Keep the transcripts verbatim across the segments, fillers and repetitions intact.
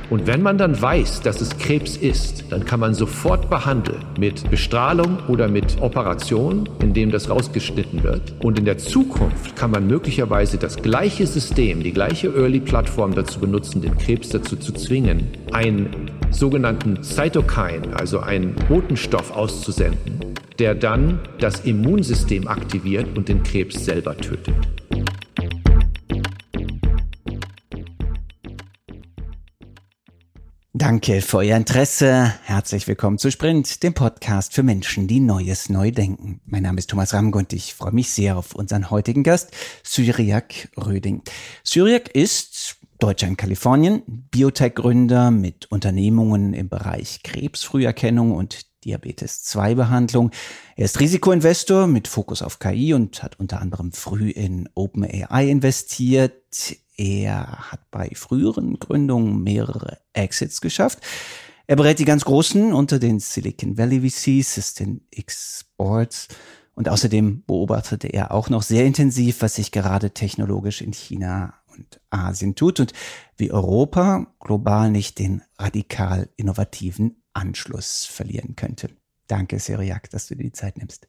Und wenn man dann weiß, dass es Krebs ist, dann kann man sofort behandeln mit Bestrahlung oder mit Operation, indem das rausgeschnitten wird. Und in der Zukunft kann man möglicherweise das gleiche System, die gleiche Early-Plattform dazu benutzen, den Krebs dazu zu zwingen, einen sogenannten Cytokine, also einen Botenstoff auszusenden, der dann das Immunsystem aktiviert und den Krebs selber tötet. Danke für Ihr Interesse. Herzlich willkommen zu Sprint, dem Podcast für Menschen, die Neues neu denken. Mein Name ist Thomas Ramg und ich freue mich sehr auf unseren heutigen Gast, Cyriac Röding. Cyriac ist Deutscher in Kalifornien, Biotech-Gründer mit Unternehmungen im Bereich Krebsfrüherkennung und Diabetes zwei Behandlung. Er ist Risikoinvestor mit Fokus auf K I und hat unter anderem früh in OpenAI investiert. Er hat bei früheren Gründungen mehrere Exits geschafft. Er berät die ganz Großen unter den Silicon Valley V Cs, System-X Boards. Und außerdem beobachtete er auch noch sehr intensiv, was sich gerade technologisch in China und Asien tut und wie Europa global nicht den radikal innovativen Anschluss verlieren könnte. Danke, Cyriac, dass du dir die Zeit nimmst.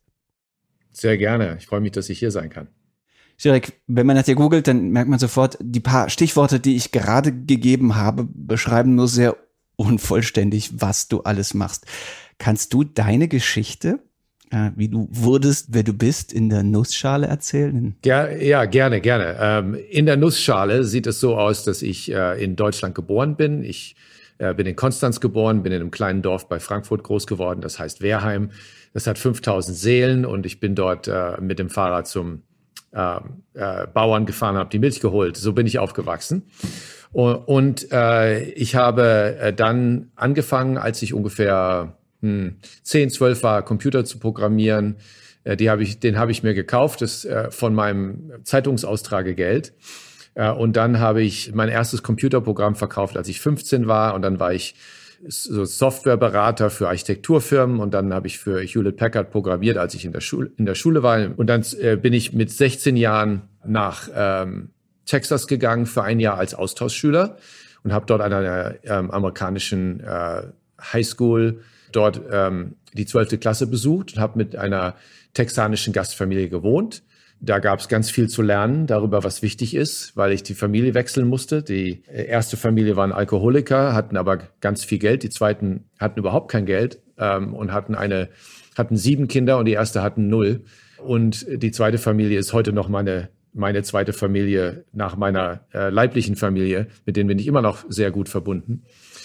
Sehr gerne. Ich freue mich, dass ich hier sein kann. Cyriac, wenn man nach dir googelt, dann merkt man sofort, die paar Stichworte, die ich gerade gegeben habe, beschreiben nur sehr unvollständig, was du alles machst. Kannst du deine Geschichte, äh, wie du wurdest, wer du bist, in der Nussschale erzählen? Ger- ja, gerne, gerne. Ähm, in der Nussschale sieht es so aus, dass ich äh, in Deutschland geboren bin. Ich äh, bin in Konstanz geboren, bin in einem kleinen Dorf bei Frankfurt groß geworden, das heißt Wehrheim. Das hat fünftausend Seelen und ich bin dort äh, mit dem Fahrrad zum Äh, äh, Bauern gefahren, habe die Milch geholt. So bin ich aufgewachsen. Und, und äh, ich habe äh, dann angefangen, als ich ungefähr hm, zehn, zwölf war, Computer zu programmieren. Äh, die hab ich, den habe ich mir gekauft, das äh, von meinem Zeitungsaustragegeld. Äh, und dann habe ich mein erstes Computerprogramm verkauft, als ich fünfzehn war. Und dann war ich so Softwareberater für Architekturfirmen und dann habe ich für Hewlett Packard programmiert, als ich in der Schule in der Schule war. Und dann äh, bin ich mit sechzehn Jahren nach ähm, Texas gegangen für ein Jahr als Austauschschüler und habe dort an einer ähm, amerikanischen äh, Highschool dort ähm, die zwölfte Klasse besucht und habe mit einer texanischen Gastfamilie gewohnt. Da gab es ganz viel zu lernen darüber, was wichtig ist, weil ich die Familie wechseln musste. Die erste Familie waren Alkoholiker, hatten aber ganz viel Geld. Die zweiten hatten überhaupt kein Geld ähm, und hatten eine hatten sieben Kinder und die erste hatten null. Und die zweite Familie ist heute noch meine meine zweite Familie nach meiner äh, leiblichen Familie, mit denen bin ich immer noch sehr gut verbunden.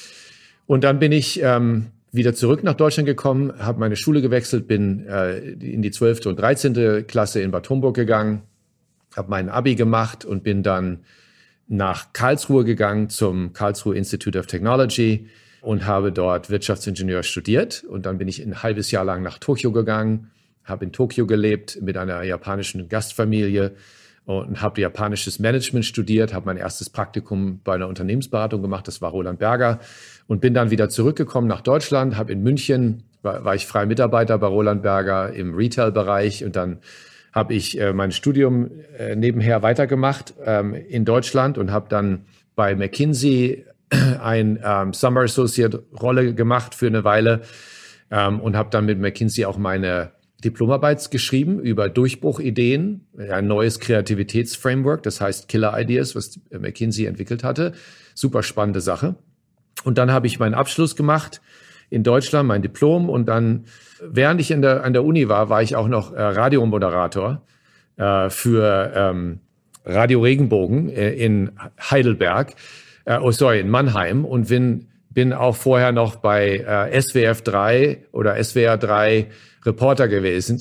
Und dann bin ich ähm, wieder zurück nach Deutschland gekommen, habe meine Schule gewechselt, bin äh, in die zwölfte und dreizehnte Klasse in Bad Homburg gegangen, habe mein Abi gemacht und bin dann nach Karlsruhe gegangen zum Karlsruhe Institute of Technology und habe dort Wirtschaftsingenieur studiert. Und dann bin ich ein halbes Jahr lang nach Tokio gegangen, habe in Tokio gelebt mit einer japanischen Gastfamilie und habe japanisches Management studiert, habe mein erstes Praktikum bei einer Unternehmensberatung gemacht, das war Roland Berger, und bin dann wieder zurückgekommen nach Deutschland, habe in München, war, war ich freier Mitarbeiter bei Roland Berger im Retail-Bereich und dann habe ich äh, mein Studium äh, nebenher weitergemacht ähm, in Deutschland und habe dann bei McKinsey ein ähm, Summer Associate-Rolle gemacht für eine Weile ähm, und habe dann mit McKinsey auch meine Diplomarbeit geschrieben über Durchbruchideen, ein neues Kreativitätsframework, das heißt Killer Ideas, was McKinsey entwickelt hatte. Super spannende Sache. Und dann habe ich meinen Abschluss gemacht in Deutschland, mein Diplom. Und dann, während ich in der, an der Uni war, war ich auch noch äh, Radiomoderator äh, für ähm, Radio Regenbogen äh, in Heidelberg, äh, oh sorry, in Mannheim und bin, bin auch vorher noch bei äh, S W F drei oder S W R drei Reporter gewesen.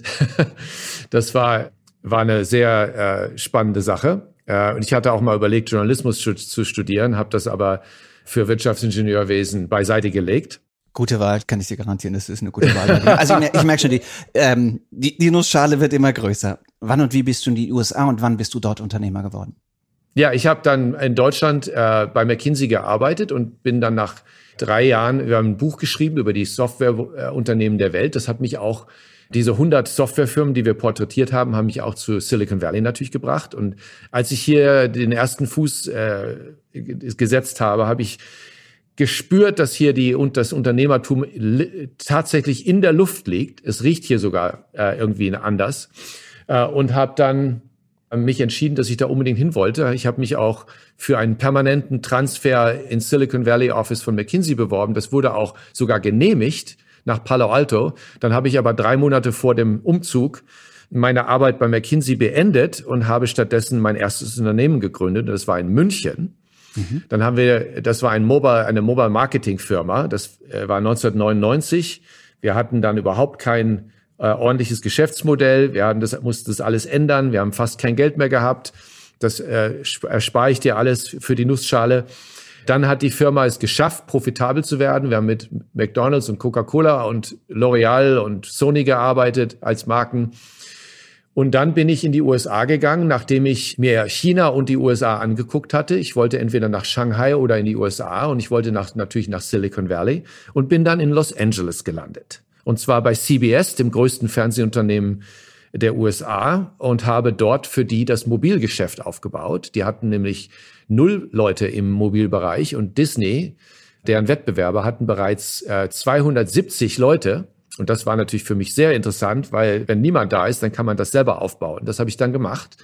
Das war, war eine sehr äh, spannende Sache. Äh, und ich hatte auch mal überlegt, Journalismus zu, zu studieren, habe das aber für Wirtschaftsingenieurwesen beiseite gelegt. Gute Wahl, kann ich dir garantieren, das ist eine gute Wahl. Also ich, ich merke schon, die, ähm, die, die Nussschale wird immer größer. Wann und wie bist du in die U S A und wann bist du dort Unternehmer geworden? Ja, ich habe dann in Deutschland äh, bei McKinsey gearbeitet und bin dann nach drei Jahren, wir haben ein Buch geschrieben über die Softwareunternehmen der Welt. Das hat mich auch, diese hundert Softwarefirmen, die wir porträtiert haben, haben mich auch zu Silicon Valley natürlich gebracht. Und als ich hier den ersten Fuß äh, gesetzt habe, habe ich gespürt, dass hier die und das Unternehmertum li- tatsächlich in der Luft liegt. Es riecht hier sogar äh, irgendwie anders. Äh, und habe dann mich entschieden, dass ich da unbedingt hin wollte. Ich habe mich auch für einen permanenten Transfer ins Silicon Valley Office von McKinsey beworben. Das wurde auch sogar genehmigt nach Palo Alto. Dann habe ich aber drei Monate vor dem Umzug meine Arbeit bei McKinsey beendet und habe stattdessen mein erstes Unternehmen gegründet. Das war in München. Mhm. Dann haben wir, das war ein Mobile, eine Mobile Marketing Firma. Das war neunzehnhundertneunundneunzig. Wir hatten dann überhaupt kein äh, ordentliches Geschäftsmodell. Wir hatten das, mussten das alles ändern. Wir haben fast kein Geld mehr gehabt. Das äh, erspare ich dir alles für die Nussschale. Dann hat die Firma es geschafft, profitabel zu werden. Wir haben mit McDonald's und Coca-Cola und L'Oreal und Sony gearbeitet als Marken. Und dann bin ich in die U S A gegangen, nachdem ich mir China und die U S A angeguckt hatte. Ich wollte entweder nach Shanghai oder in die U S A und ich wollte nach, natürlich nach Silicon Valley und bin dann in Los Angeles gelandet. Und zwar bei C B S, dem größten Fernsehunternehmen der U S A, und habe dort für die das Mobilgeschäft aufgebaut. Die hatten nämlich null Leute im Mobilbereich und Disney, deren Wettbewerber, hatten bereits äh, zweihundertsiebzig Leute. Und das war natürlich für mich sehr interessant, weil wenn niemand da ist, dann kann man das selber aufbauen. Das habe ich dann gemacht.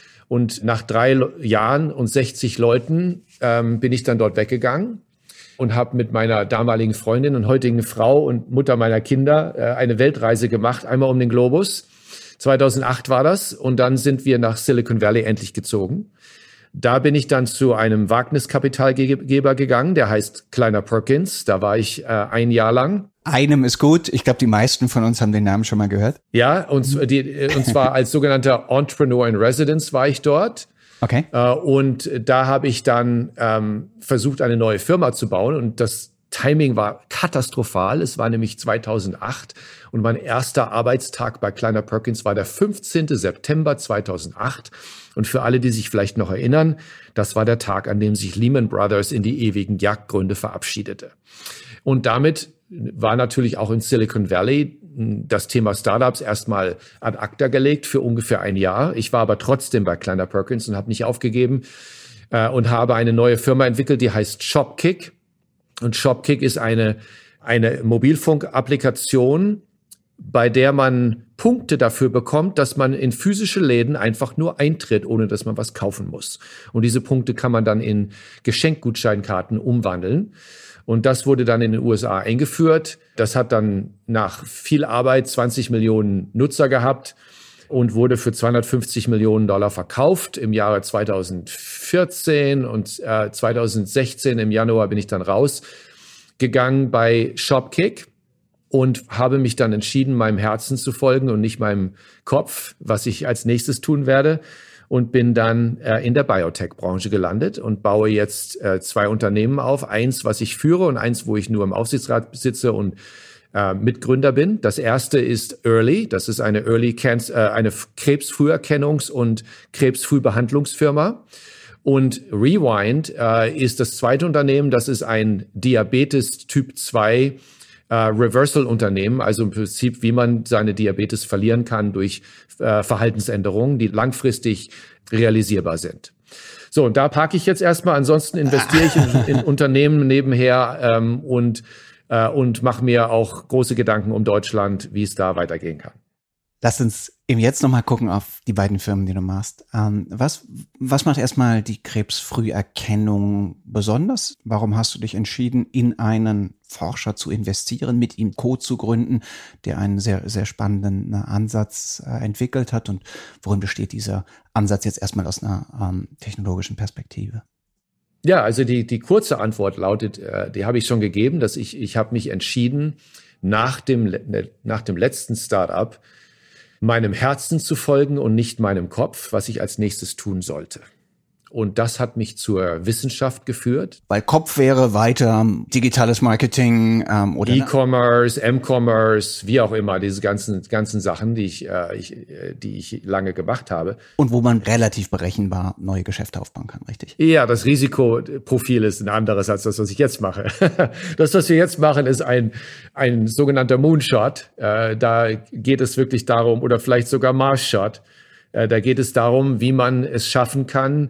Und nach drei Jahren und sechzig Leuten ähm, bin ich dann dort weggegangen und habe mit meiner damaligen Freundin und heutigen Frau und Mutter meiner Kinder äh, eine Weltreise gemacht, einmal um den Globus. zweitausendacht war das. Und dann sind wir nach Silicon Valley endlich gezogen. Da bin ich dann zu einem Wagniskapitalgeber gegangen, der heißt Kleiner Perkins. Da war ich äh, ein Jahr lang. Einem ist gut. Ich glaube, die meisten von uns haben den Namen schon mal gehört. Ja, und, die, und zwar als sogenannter Entrepreneur in Residence war ich dort. Okay. Äh, und da habe ich dann ähm, versucht, eine neue Firma zu bauen. Und das Timing war katastrophal. Es war nämlich zweitausendacht und mein erster Arbeitstag bei Kleiner Perkins war der fünfzehnten September zweitausendacht. Und für alle, die sich vielleicht noch erinnern, das war der Tag, an dem sich Lehman Brothers in die ewigen Jagdgründe verabschiedete. Und damit war natürlich auch in Silicon Valley das Thema Startups erstmal ad acta gelegt für ungefähr ein Jahr. Ich war aber trotzdem bei Kleiner Perkins und habe nicht aufgegeben äh, und habe eine neue Firma entwickelt, die heißt Shopkick. Und Shopkick ist eine, eine Mobilfunk-Applikation, bei der man Punkte dafür bekommt, dass man in physische Läden einfach nur eintritt, ohne dass man was kaufen muss. Und diese Punkte kann man dann in Geschenkgutscheinkarten umwandeln. Und das wurde dann in den U S A eingeführt. Das hat dann nach viel Arbeit zwanzig Millionen Nutzer gehabt und wurde für zweihundertfünfzig Millionen Dollar verkauft im Jahre zweitausendvierzehn. Und äh, zweitausendsechzehn im Januar bin ich dann rausgegangen bei Shopkick und habe mich dann entschieden, meinem Herzen zu folgen und nicht meinem Kopf, was ich als nächstes tun werde. Und bin dann äh, in der Biotech-Branche gelandet und baue jetzt äh, zwei Unternehmen auf. Eins, was ich führe und eins, wo ich nur im Aufsichtsrat sitze und äh, Mitgründer bin. Das erste ist Early. Das ist eine Early Cancer, äh, eine Krebsfrüherkennungs- und Krebsfrühbehandlungsfirma. Und Rewind äh, ist das zweite Unternehmen. Das ist ein Diabetes Typ zwei Uh, Reversal-Unternehmen, also im Prinzip, wie man seine Diabetes verlieren kann durch uh, Verhaltensänderungen, die langfristig realisierbar sind. So, und da parke ich jetzt erstmal. Ansonsten investiere ich in, in Unternehmen nebenher ähm, und, äh, und mache mir auch große Gedanken um Deutschland, wie es da weitergehen kann. Lass uns eben jetzt nochmal gucken auf die beiden Firmen, die du machst. Ähm, was, was macht erstmal die Krebsfrüherkennung besonders? Warum hast du dich entschieden, in einen Forscher zu investieren, mit ihm Co. zu gründen, der einen sehr, sehr spannenden Ansatz äh, entwickelt hat? Und worin besteht dieser Ansatz jetzt erstmal aus einer ähm, technologischen Perspektive? Ja, also die, die kurze Antwort lautet, äh, die habe ich schon gegeben, dass ich, ich habe mich entschieden, nach dem, nach dem letzten Startup meinem Herzen zu folgen und nicht meinem Kopf, was ich als nächstes tun sollte. Und das hat mich zur Wissenschaft geführt. Weil Kopf wäre weiter digitales Marketing ähm, oder E-Commerce, M-Commerce, wie auch immer, diese ganzen ganzen Sachen, die ich, äh, ich, die ich lange gemacht habe. Und wo man relativ berechenbar neue Geschäfte aufbauen kann, richtig? Ja, das Risikoprofil ist ein anderes als das, was ich jetzt mache. Das, was wir jetzt machen, ist ein ein sogenannter Moonshot. Äh, da geht es wirklich darum, oder vielleicht sogar Mars-Shot. Äh, da geht es darum, wie man es schaffen kann,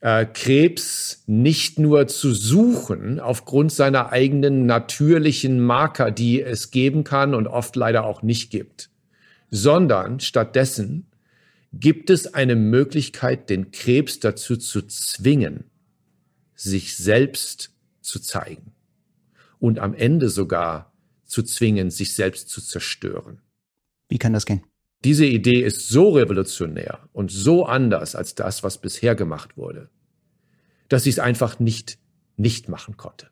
äh, Krebs nicht nur zu suchen aufgrund seiner eigenen natürlichen Marker, die es geben kann und oft leider auch nicht gibt, sondern stattdessen gibt es eine Möglichkeit, den Krebs dazu zu zwingen, sich selbst zu zeigen und am Ende sogar zu zwingen, sich selbst zu zerstören. Wie kann das gehen? Diese Idee ist so revolutionär und so anders als das, was bisher gemacht wurde, dass ich es einfach nicht nicht machen konnte.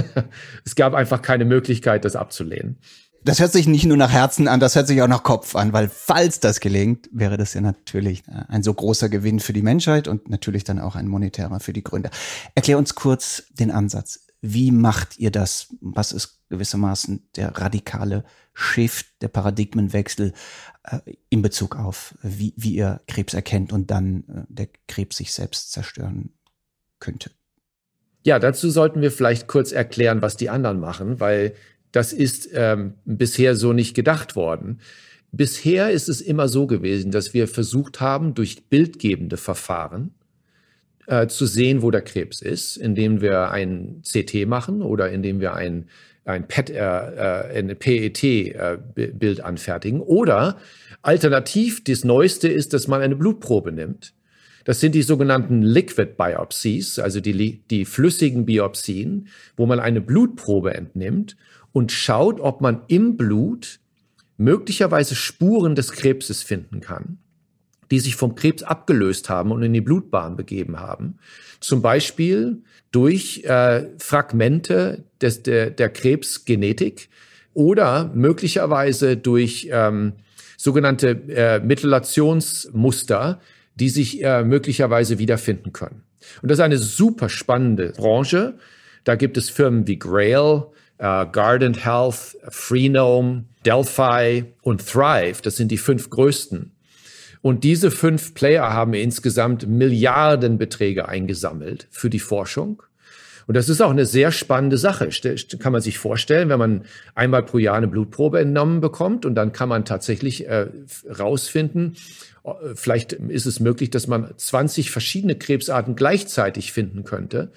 Es gab einfach keine Möglichkeit, das abzulehnen. Das hört sich nicht nur nach Herzen an, das hört sich auch nach Kopf an, weil falls das gelingt, wäre das ja natürlich ein so großer Gewinn für die Menschheit und natürlich dann auch ein monetärer für die Gründer. Erklär uns kurz den Ansatz. Wie macht ihr das? Was ist gewissermaßen der radikale Shift, der Paradigmenwechsel äh, in Bezug auf, wie, wie ihr Krebs erkennt und dann äh, der Krebs sich selbst zerstören könnte? Ja, dazu sollten wir vielleicht kurz erklären, was die anderen machen, weil das ist ähm, bisher so nicht gedacht worden. Bisher ist es immer so gewesen, dass wir versucht haben, durch bildgebende Verfahren äh, zu sehen, wo der Krebs ist, indem wir ein C T machen oder indem wir ein, ein P E T, äh, ein P E T-Bild äh, anfertigen. Oder alternativ, das Neueste ist, dass man eine Blutprobe nimmt. Das sind die sogenannten Liquid Biopsies, also die, die flüssigen Biopsien, wo man eine Blutprobe entnimmt und schaut, ob man im Blut möglicherweise Spuren des Krebses finden kann, die sich vom Krebs abgelöst haben und in die Blutbahn begeben haben. Zum Beispiel durch äh, Fragmente des, der, der Krebsgenetik oder möglicherweise durch ähm, sogenannte äh, Methylationsmuster, die sich äh, möglicherweise wiederfinden können. Und das ist eine super spannende Branche. Da gibt es Firmen wie Grail, Uh, Guardant Health, Freenome, Delphi und Thrive, das sind die fünf größten. Und diese fünf Player haben insgesamt Milliardenbeträge eingesammelt für die Forschung. Und das ist auch eine sehr spannende Sache. Kann man sich vorstellen, wenn man einmal pro Jahr eine Blutprobe entnommen bekommt und dann kann man tatsächlich äh, rausfinden, vielleicht ist es möglich, dass man zwanzig verschiedene Krebsarten gleichzeitig finden könnte.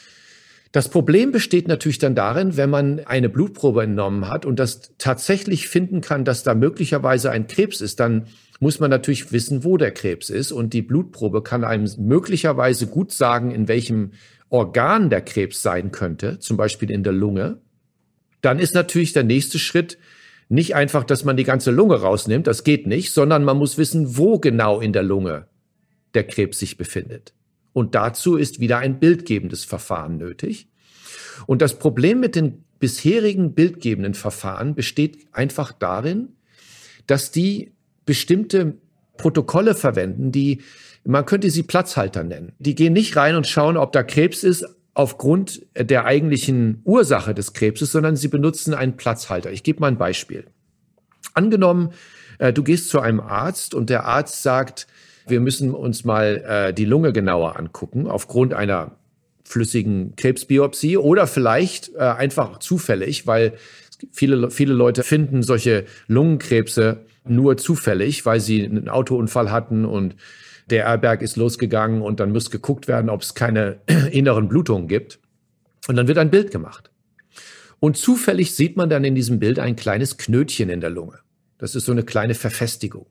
Das Problem besteht natürlich dann darin, wenn man eine Blutprobe entnommen hat und das tatsächlich finden kann, dass da möglicherweise ein Krebs ist, dann muss man natürlich wissen, wo der Krebs ist. Und die Blutprobe kann einem möglicherweise gut sagen, in welchem Organ der Krebs sein könnte, zum Beispiel in der Lunge. Dann ist natürlich der nächste Schritt nicht einfach, dass man die ganze Lunge rausnimmt, das geht nicht, sondern man muss wissen, wo genau in der Lunge der Krebs sich befindet. Und dazu ist wieder ein bildgebendes Verfahren nötig. Und das Problem mit den bisherigen bildgebenden Verfahren besteht einfach darin, dass die bestimmte Protokolle verwenden, die, man könnte sie Platzhalter nennen. Die gehen nicht rein und schauen, ob da Krebs ist aufgrund der eigentlichen Ursache des Krebses, sondern sie benutzen einen Platzhalter. Ich gebe mal ein Beispiel. Angenommen, äh, du gehst zu einem Arzt und der Arzt sagt, wir müssen uns mal äh, die Lunge genauer angucken, aufgrund einer flüssigen Krebsbiopsie oder vielleicht äh, einfach zufällig, weil viele, viele Leute finden solche Lungenkrebse nur zufällig, weil sie einen Autounfall hatten und der Airbag ist losgegangen und dann muss geguckt werden, ob es keine inneren Blutungen gibt. Und dann wird ein Bild gemacht. Und zufällig sieht man dann in diesem Bild ein kleines Knötchen in der Lunge. Das ist so eine kleine Verfestigung.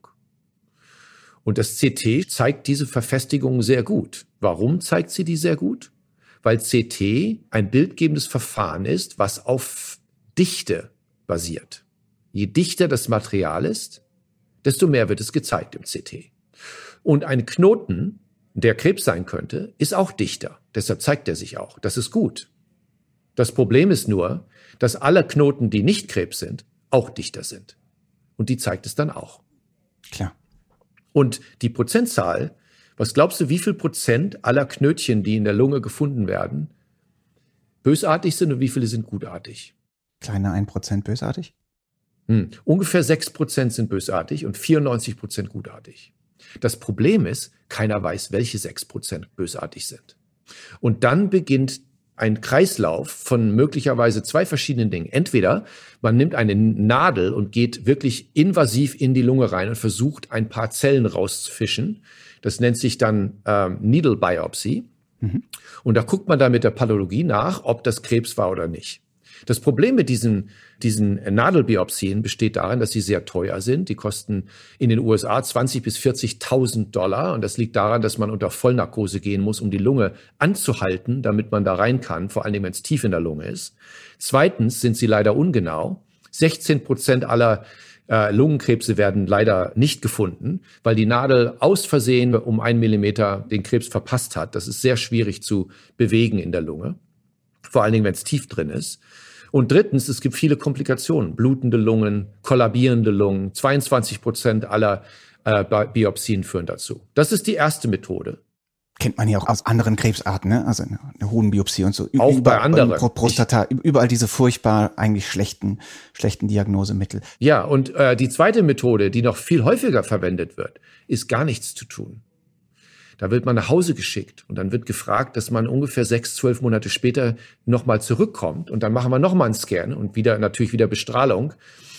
Und das C T zeigt diese Verfestigung sehr gut. Warum zeigt sie die sehr gut? Weil C T ein bildgebendes Verfahren ist, was auf Dichte basiert. Je dichter das Material ist, desto mehr wird es gezeigt im C T. Und ein Knoten, der Krebs sein könnte, ist auch dichter. Deshalb zeigt er sich auch. Das ist gut. Das Problem ist nur, dass alle Knoten, die nicht Krebs sind, auch dichter sind. Und die zeigt es dann auch. Klar. Und die Prozentzahl, was glaubst du, wie viel Prozent aller Knötchen, die in der Lunge gefunden werden, bösartig sind und wie viele sind gutartig? Kleiner ein Prozent bösartig? Hm. Ungefähr sechs Prozent sind bösartig und vierundneunzig Prozent gutartig. Das Problem ist, keiner weiß, welche sechs Prozent bösartig sind. Und dann beginnt ein Kreislauf von möglicherweise zwei verschiedenen Dingen. Entweder man nimmt eine Nadel und geht wirklich invasiv in die Lunge rein und versucht, ein paar Zellen rauszufischen. Das nennt sich dann ähm, Needle Biopsy. Mhm. Und da guckt man dann mit der Pathologie nach, ob das Krebs war oder nicht. Das Problem mit diesen, diesen Nadelbiopsien besteht darin, dass sie sehr teuer sind. Die kosten in den U S A zwanzigtausend bis vierzigtausend Dollar. Und das liegt daran, dass man unter Vollnarkose gehen muss, um die Lunge anzuhalten, damit man da rein kann, vor allem wenn es tief in der Lunge ist. Zweitens sind sie leider ungenau. sechzehn Prozent aller äh, Lungenkrebse werden leider nicht gefunden, weil die Nadel aus Versehen um einen Millimeter den Krebs verpasst hat. Das ist sehr schwierig zu bewegen in der Lunge, vor allen Dingen, wenn es tief drin ist. Und drittens, es gibt viele Komplikationen, blutende Lungen, kollabierende Lungen. zweiundzwanzig Prozent aller äh, Biopsien führen dazu. Das ist die erste Methode. Kennt man ja auch aus anderen Krebsarten, ne? Also eine, eine Hodenbiopsie und so. Auch überall, bei anderen. Prostata, überall diese furchtbar eigentlich schlechten, schlechten Diagnosemittel. Ja, und äh, die zweite Methode, die noch viel häufiger verwendet wird, ist gar nichts zu tun. Da wird man nach Hause geschickt und dann wird gefragt, dass man ungefähr sechs, zwölf Monate später nochmal zurückkommt und dann machen wir nochmal einen Scan und wieder natürlich wieder Bestrahlung.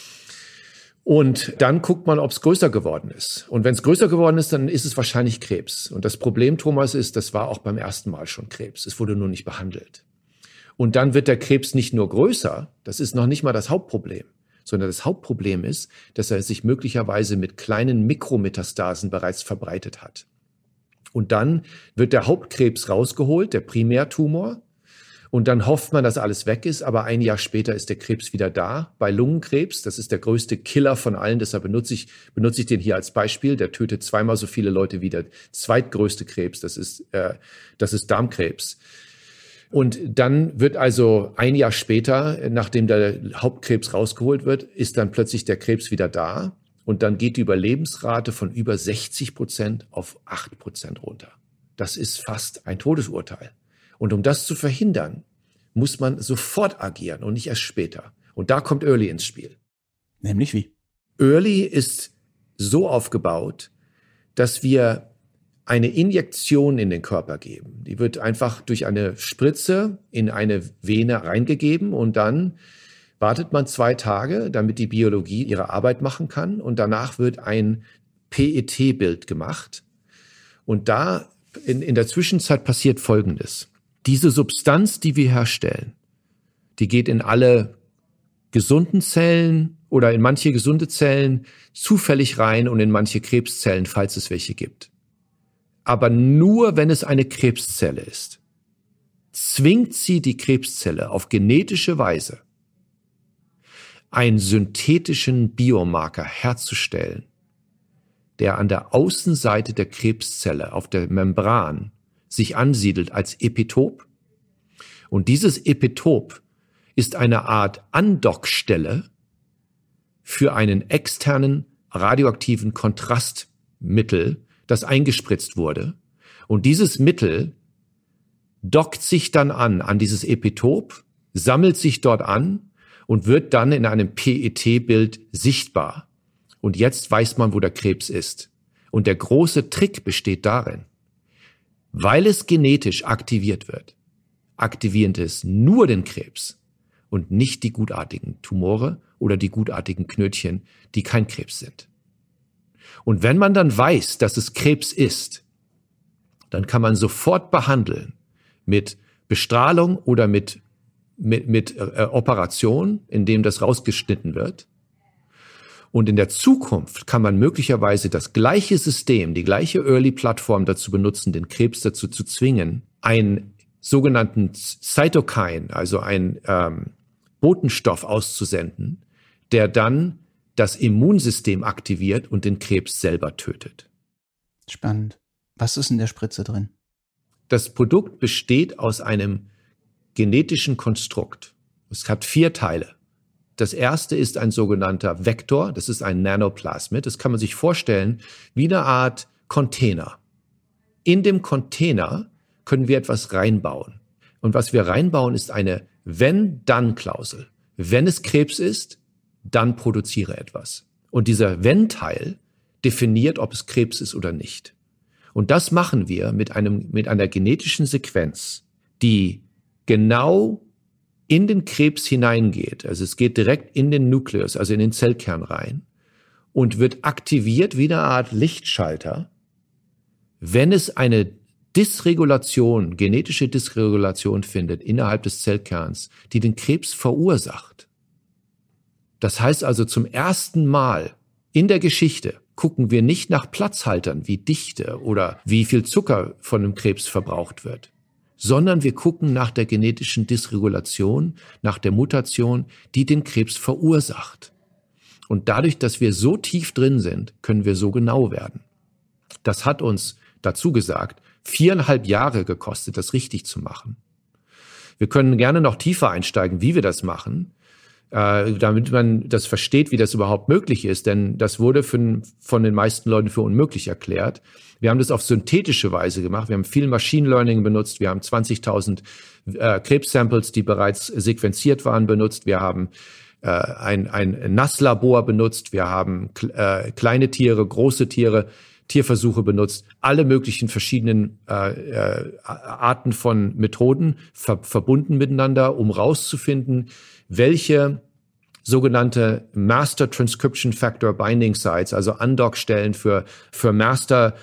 Und dann guckt man, ob es größer geworden ist. Und wenn es größer geworden ist, dann ist es wahrscheinlich Krebs. Und das Problem, Thomas, ist, das war auch beim ersten Mal schon Krebs. Es wurde nur nicht behandelt. Und dann wird der Krebs nicht nur größer, das ist noch nicht mal das Hauptproblem, sondern das Hauptproblem ist, dass er sich möglicherweise mit kleinen Mikrometastasen bereits verbreitet hat. Und dann wird der Hauptkrebs rausgeholt, der Primärtumor. Und dann hofft man, dass alles weg ist. Aber ein Jahr später ist der Krebs wieder da. Bei Lungenkrebs, das ist der größte Killer von allen. Deshalb benutze ich, benutze ich den hier als Beispiel. Der tötet zweimal so viele Leute wie der zweitgrößte Krebs. Das ist, äh, das ist Darmkrebs. Und dann wird also ein Jahr später, nachdem der Hauptkrebs rausgeholt wird, ist dann plötzlich der Krebs wieder da. Und dann geht die Überlebensrate von über sechzig Prozent auf acht Prozent runter. Das ist fast ein Todesurteil. Und um das zu verhindern, muss man sofort agieren und nicht erst später. Und da kommt Early ins Spiel. Nämlich wie? Early ist so aufgebaut, dass wir eine Injektion in den Körper geben. Die wird einfach durch eine Spritze in eine Vene reingegeben und dann wartet man zwei Tage, damit die Biologie ihre Arbeit machen kann. Und danach wird ein P E T-Bild gemacht. Und da in, in der Zwischenzeit passiert Folgendes. Diese Substanz, die wir herstellen, die geht in alle gesunden Zellen oder in manche gesunde Zellen zufällig rein und in manche Krebszellen, falls es welche gibt. Aber nur, wenn es eine Krebszelle ist, zwingt sie die Krebszelle auf genetische Weise, einen synthetischen Biomarker herzustellen, der an der Außenseite der Krebszelle auf der Membran sich ansiedelt als Epitop. Und dieses Epitop ist eine Art Andockstelle für einen externen radioaktiven Kontrastmittel, das eingespritzt wurde. Und dieses Mittel dockt sich dann an, an dieses Epitop, sammelt sich dort an und wird dann in einem P E T-Bild sichtbar. Und jetzt weiß man, wo der Krebs ist. Und der große Trick besteht darin, weil es genetisch aktiviert wird, aktiviert es nur den Krebs und nicht die gutartigen Tumore oder die gutartigen Knötchen, die kein Krebs sind. Und wenn man dann weiß, dass es Krebs ist, dann kann man sofort behandeln mit Bestrahlung oder mit mit, mit äh, Operation, in dem das rausgeschnitten wird. Und in der Zukunft kann man möglicherweise das gleiche System, die gleiche Early-Plattform dazu benutzen, den Krebs dazu zu zwingen, einen sogenannten Cytokine, also einen ähm, Botenstoff auszusenden, der dann das Immunsystem aktiviert und den Krebs selber tötet. Spannend. Was ist in der Spritze drin? Das Produkt besteht aus einem genetischen Konstrukt. Es hat vier Teile. Das erste ist ein sogenannter Vektor, das ist ein Nanoplasmid. Das kann man sich vorstellen wie eine Art Container. In dem Container können wir etwas reinbauen. Und was wir reinbauen, ist eine Wenn-Dann-Klausel. Wenn es Krebs ist, dann produziere etwas. Und dieser Wenn-Teil definiert, ob es Krebs ist oder nicht. Und das machen wir mit einem, mit einer genetischen Sequenz, die genau in den Krebs hineingeht. Also es geht direkt in den Nukleus, also in den Zellkern rein und wird aktiviert wie eine Art Lichtschalter, wenn es eine Dysregulation, genetische Dysregulation findet innerhalb des Zellkerns, die den Krebs verursacht. Das heißt also, zum ersten Mal in der Geschichte gucken wir nicht nach Platzhaltern wie Dichte oder wie viel Zucker von dem Krebs verbraucht wird, sondern wir gucken nach der genetischen Dysregulation, nach der Mutation, die den Krebs verursacht. Und dadurch, dass wir so tief drin sind, können wir so genau werden. Das hat uns, dazu gesagt, viereinhalb Jahre gekostet, das richtig zu machen. Wir können gerne noch tiefer einsteigen, wie wir das machen, äh, damit man das versteht, wie das überhaupt möglich ist. Denn das wurde für, von den meisten Leuten für unmöglich erklärt. Wir haben das auf synthetische Weise gemacht. Wir haben viel Machine Learning benutzt. Wir haben zwanzigtausend äh, Krebssamples, die bereits sequenziert waren, benutzt. Wir haben äh, ein, ein Nasslabor benutzt. Wir haben äh, kleine Tiere, große Tiere, Tierversuche benutzt, alle möglichen verschiedenen äh, äh, Arten von Methoden ver- verbunden miteinander, um rauszufinden, welche sogenannte Master Transcription Factor Binding Sites, also Andockstellen für, für Master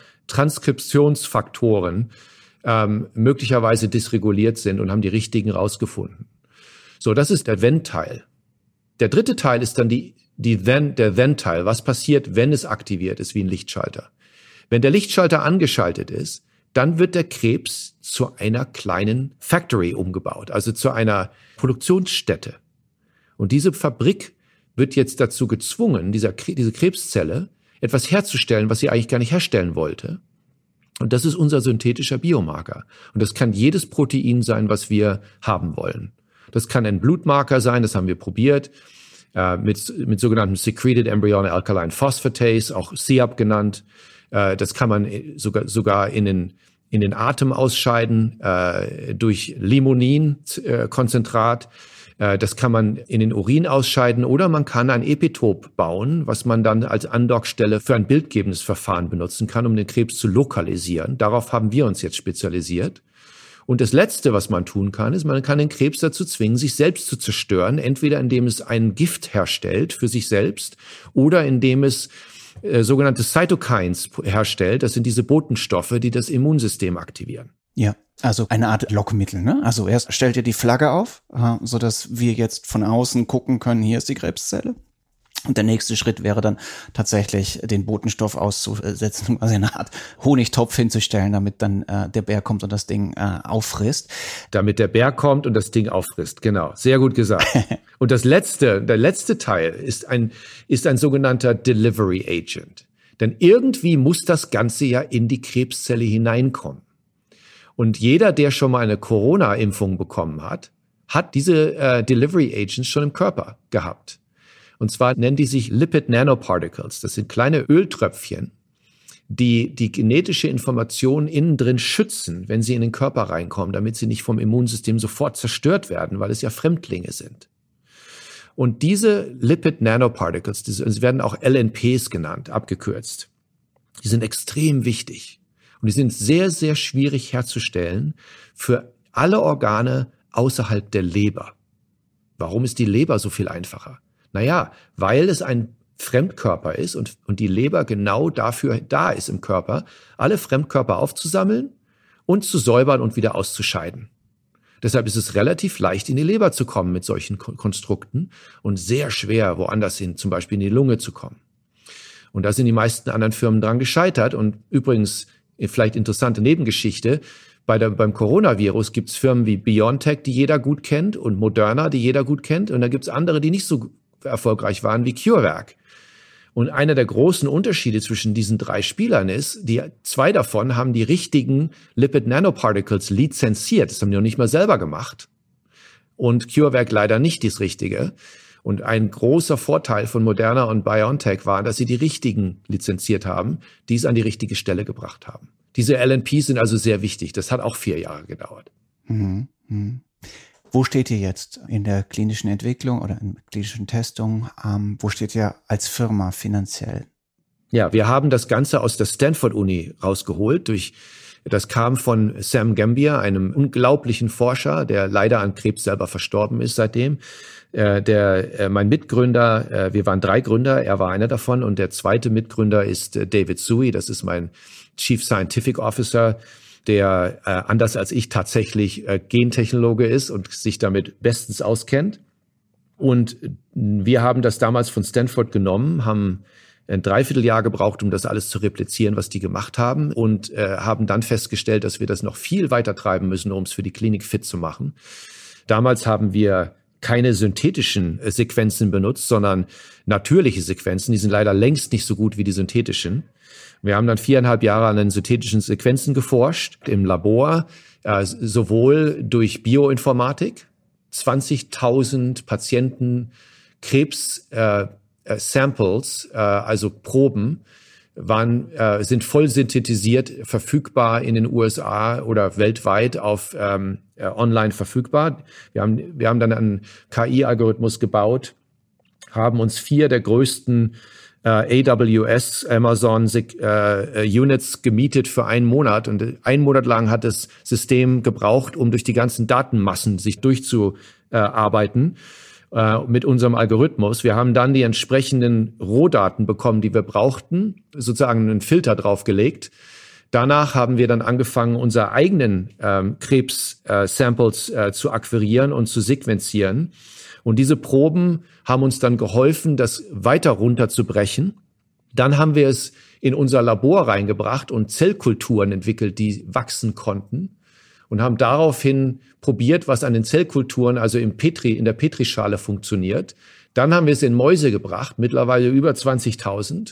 Transkriptionsfaktoren, ähm, möglicherweise dysreguliert sind und haben die richtigen rausgefunden. So, das ist der Wenn-Teil. Der dritte Teil ist dann die, die Then, der Then-Teil. Was passiert, wenn es aktiviert ist, wie ein Lichtschalter? Wenn der Lichtschalter angeschaltet ist, dann wird der Krebs zu einer kleinen Factory umgebaut, also zu einer Produktionsstätte. Und diese Fabrik wird jetzt dazu gezwungen, dieser, diese Krebszelle, etwas herzustellen, was sie eigentlich gar nicht herstellen wollte. Und das ist unser synthetischer Biomarker. Und das kann jedes Protein sein, was wir haben wollen. Das kann ein Blutmarker sein, das haben wir probiert, äh, mit, mit sogenanntem Secreted Embryonic Alkaline Phosphatase, auch S I A P genannt. Das kann man sogar, sogar in den, in den Atem ausscheiden, äh, durch Limonin-Konzentrat. Äh, das kann man in den Urin ausscheiden oder man kann ein Epitop bauen, was man dann als Andockstelle für ein bildgebendes Verfahren benutzen kann, um den Krebs zu lokalisieren. Darauf haben wir uns jetzt spezialisiert. Und das Letzte, was man tun kann, ist, man kann den Krebs dazu zwingen, sich selbst zu zerstören, entweder indem es ein Gift herstellt für sich selbst oder indem es Äh, sogenannte Cytokines herstellt. Das sind diese Botenstoffe, die das Immunsystem aktivieren. Ja, also eine Art Lockmittel, ne? Also erst stellt ihr die Flagge auf, äh, sodass wir jetzt von außen gucken können, hier ist die Krebszelle. Und der nächste Schritt wäre dann tatsächlich, den Botenstoff auszusetzen, also eine Art Honigtopf hinzustellen, damit dann äh, der Bär kommt und das Ding äh, auffrisst. Damit der Bär kommt und das Ding auffrisst, genau. Sehr gut gesagt. Und das letzte, der letzte Teil ist ein, ist ein sogenannter Delivery Agent. Denn irgendwie muss das Ganze ja in die Krebszelle hineinkommen. Und jeder, der schon mal eine Corona-Impfung bekommen hat, hat diese äh, Delivery Agents schon im Körper gehabt. Und zwar nennen die sich Lipid Nanoparticles. Das sind kleine Öltröpfchen, die die genetische Information innen drin schützen, wenn sie in den Körper reinkommen, damit sie nicht vom Immunsystem sofort zerstört werden, weil es ja Fremdlinge sind. Und diese Lipid Nanoparticles, die werden auch L N Ps genannt, abgekürzt, die sind extrem wichtig. Und die sind sehr, sehr schwierig herzustellen für alle Organe außerhalb der Leber. Warum ist die Leber so viel einfacher? Naja, weil es ein Fremdkörper ist und, und die Leber genau dafür da ist im Körper, alle Fremdkörper aufzusammeln und zu säubern und wieder auszuscheiden. Deshalb ist es relativ leicht, in die Leber zu kommen mit solchen Konstrukten und sehr schwer, woanders hin, zum Beispiel in die Lunge zu kommen. Und da sind die meisten anderen Firmen dran gescheitert. Und übrigens, vielleicht interessante Nebengeschichte, Bei der, beim Coronavirus gibt es Firmen wie BioNTech, die jeder gut kennt, und Moderna, die jeder gut kennt. Und da gibt es andere, die nicht so erfolgreich waren wie CureVac. Und einer der großen Unterschiede zwischen diesen drei Spielern ist, die zwei davon haben die richtigen Lipid Nanoparticles lizenziert. Das haben die noch nicht mal selber gemacht. Und CureVac leider nicht das Richtige. Und ein großer Vorteil von Moderna und BioNTech war, dass sie die richtigen lizenziert haben, die es an die richtige Stelle gebracht haben. Diese L N Ps sind also sehr wichtig. Das hat auch vier Jahre gedauert. Mhm. Mhm. Wo steht ihr jetzt in der klinischen Entwicklung oder in der klinischen Testung? Ähm, wo steht ihr als Firma finanziell? Ja, wir haben das Ganze aus der Stanford-Uni rausgeholt. Durch, das kam von Sam Gambier, einem unglaublichen Forscher, der leider an Krebs selber verstorben ist seitdem. Äh, der, äh, mein Mitgründer, äh, wir waren drei Gründer, er war einer davon, und der zweite Mitgründer ist äh, David Suey, das ist mein Chief Scientific Officer. der äh, anders als ich tatsächlich äh, Gentechnologe ist und sich damit bestens auskennt. Und wir haben das damals von Stanford genommen, haben ein Dreivierteljahr gebraucht, um das alles zu replizieren, was die gemacht haben, und äh, haben dann festgestellt, dass wir das noch viel weiter treiben müssen, um es für die Klinik fit zu machen. Damals haben wir keine synthetischen äh, Sequenzen benutzt, sondern natürliche Sequenzen. Die sind leider längst nicht so gut wie die synthetischen. Wir haben dann viereinhalb Jahre an den synthetischen Sequenzen geforscht im Labor, äh, sowohl durch Bioinformatik, zwanzigtausend Patienten Krebs äh, Samples, äh, also Proben, waren, äh, sind voll synthetisiert, verfügbar in den U S A oder weltweit auf ähm, äh, online verfügbar. Wir haben, wir haben dann einen K I-Algorithmus gebaut, haben uns vier der größten äh, A W S, Amazon äh, Units gemietet für einen Monat. Und einen Monat lang hat das System gebraucht, um durch die ganzen Datenmassen sich durchzuarbeiten. Äh, mit unserem Algorithmus. Wir haben dann die entsprechenden Rohdaten bekommen, die wir brauchten, sozusagen einen Filter draufgelegt. Danach haben wir dann angefangen, unsere eigenen ähm, Krebs-Samples äh, äh, zu akquirieren und zu sequenzieren. Und diese Proben haben uns dann geholfen, das weiter runterzubrechen. Dann haben wir es in unser Labor reingebracht und Zellkulturen entwickelt, die wachsen konnten. Und haben daraufhin probiert, was an den Zellkulturen, also im Petri, in der Petrischale funktioniert. Dann haben wir es in Mäuse gebracht, mittlerweile über zwanzigtausend.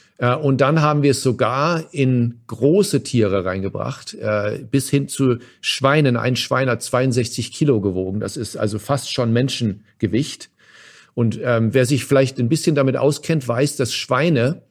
Und dann haben wir es sogar in große Tiere reingebracht, bis hin zu Schweinen. Ein Schwein hat zweiundsechzig Kilo gewogen. Das ist also fast schon Menschengewicht. Und ähm, wer sich vielleicht ein bisschen damit auskennt, weiß, dass Schweine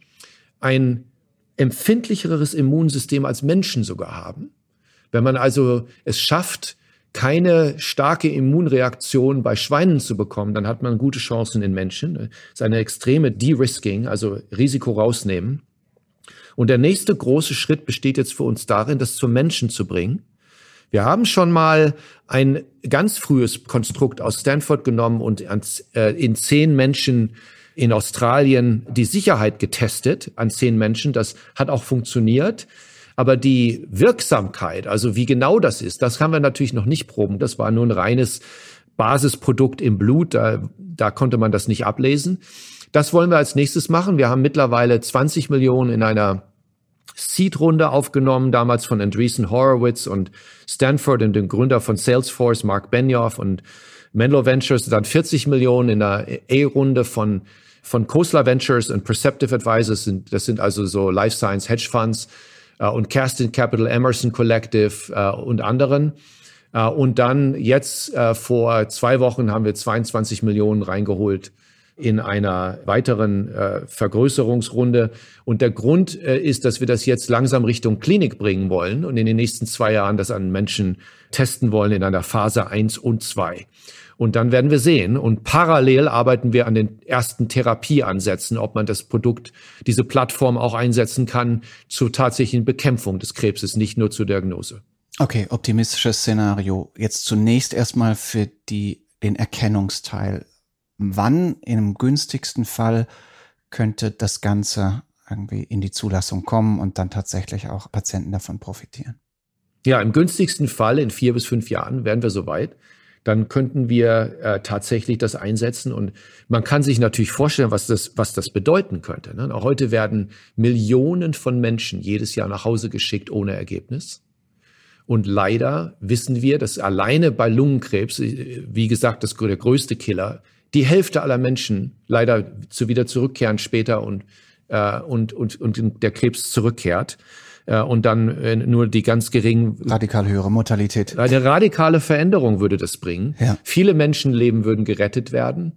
ein empfindlicheres Immunsystem als Menschen sogar haben. Wenn man also es schafft, keine starke Immunreaktion bei Schweinen zu bekommen, dann hat man gute Chancen in Menschen. Das ist eine extreme De-Risking, also Risiko rausnehmen. Und der nächste große Schritt besteht jetzt für uns darin, das zum Menschen zu bringen. Wir haben schon mal ein ganz frühes Konstrukt aus Stanford genommen und in zehn Menschen in Australien die Sicherheit getestet, an zehn Menschen. Das hat auch funktioniert. Aber die Wirksamkeit, also wie genau das ist, das haben wir natürlich noch nicht proben. Das war nur ein reines Basisprodukt im Blut, da, da konnte man das nicht ablesen. Das wollen wir als nächstes machen. Wir haben mittlerweile zwanzig Millionen in einer Seed-Runde aufgenommen, damals von Andreessen Horowitz und Stanford und dem Gründer von Salesforce, Mark Benioff, und Menlo Ventures, dann vierzig Millionen in einer A-Runde von von Khosla Ventures und Perceptive Advisors. Das sind also so Life Science Hedge Funds. Und Kerstin Capital, Emerson Collective äh, und anderen. Äh, und dann jetzt äh, vor zwei Wochen haben wir zweiundzwanzig Millionen reingeholt in einer weiteren äh, Vergrößerungsrunde. Und der Grund äh, ist, dass wir das jetzt langsam Richtung Klinik bringen wollen und in den nächsten zwei Jahren das an Menschen testen wollen in einer Phase eins und zwei. Und dann werden wir sehen. Und parallel arbeiten wir an den ersten Therapieansätzen, ob man das Produkt, diese Plattform auch einsetzen kann zur tatsächlichen Bekämpfung des Krebses, nicht nur zur Diagnose. Okay, optimistisches Szenario. Jetzt zunächst erstmal für die, den Erkennungsteil. Wann im günstigsten Fall könnte das Ganze irgendwie in die Zulassung kommen und dann tatsächlich auch Patienten davon profitieren? Ja, im günstigsten Fall in vier bis fünf Jahren wären wir soweit. Dann könnten wir äh, tatsächlich das einsetzen. Und man kann sich natürlich vorstellen, was das, was das bedeuten könnte. Ne? Auch heute werden Millionen von Menschen jedes Jahr nach Hause geschickt ohne Ergebnis. Und leider wissen wir, dass alleine bei Lungenkrebs, wie gesagt, das der größte Killer, die Hälfte aller Menschen leider zu wieder zurückkehren später und, äh, und, und, und der Krebs zurückkehrt. Und dann nur die ganz geringen... Radikal höhere Mortalität. Eine radikale Veränderung würde das bringen. Ja. Viele Menschenleben würden gerettet werden.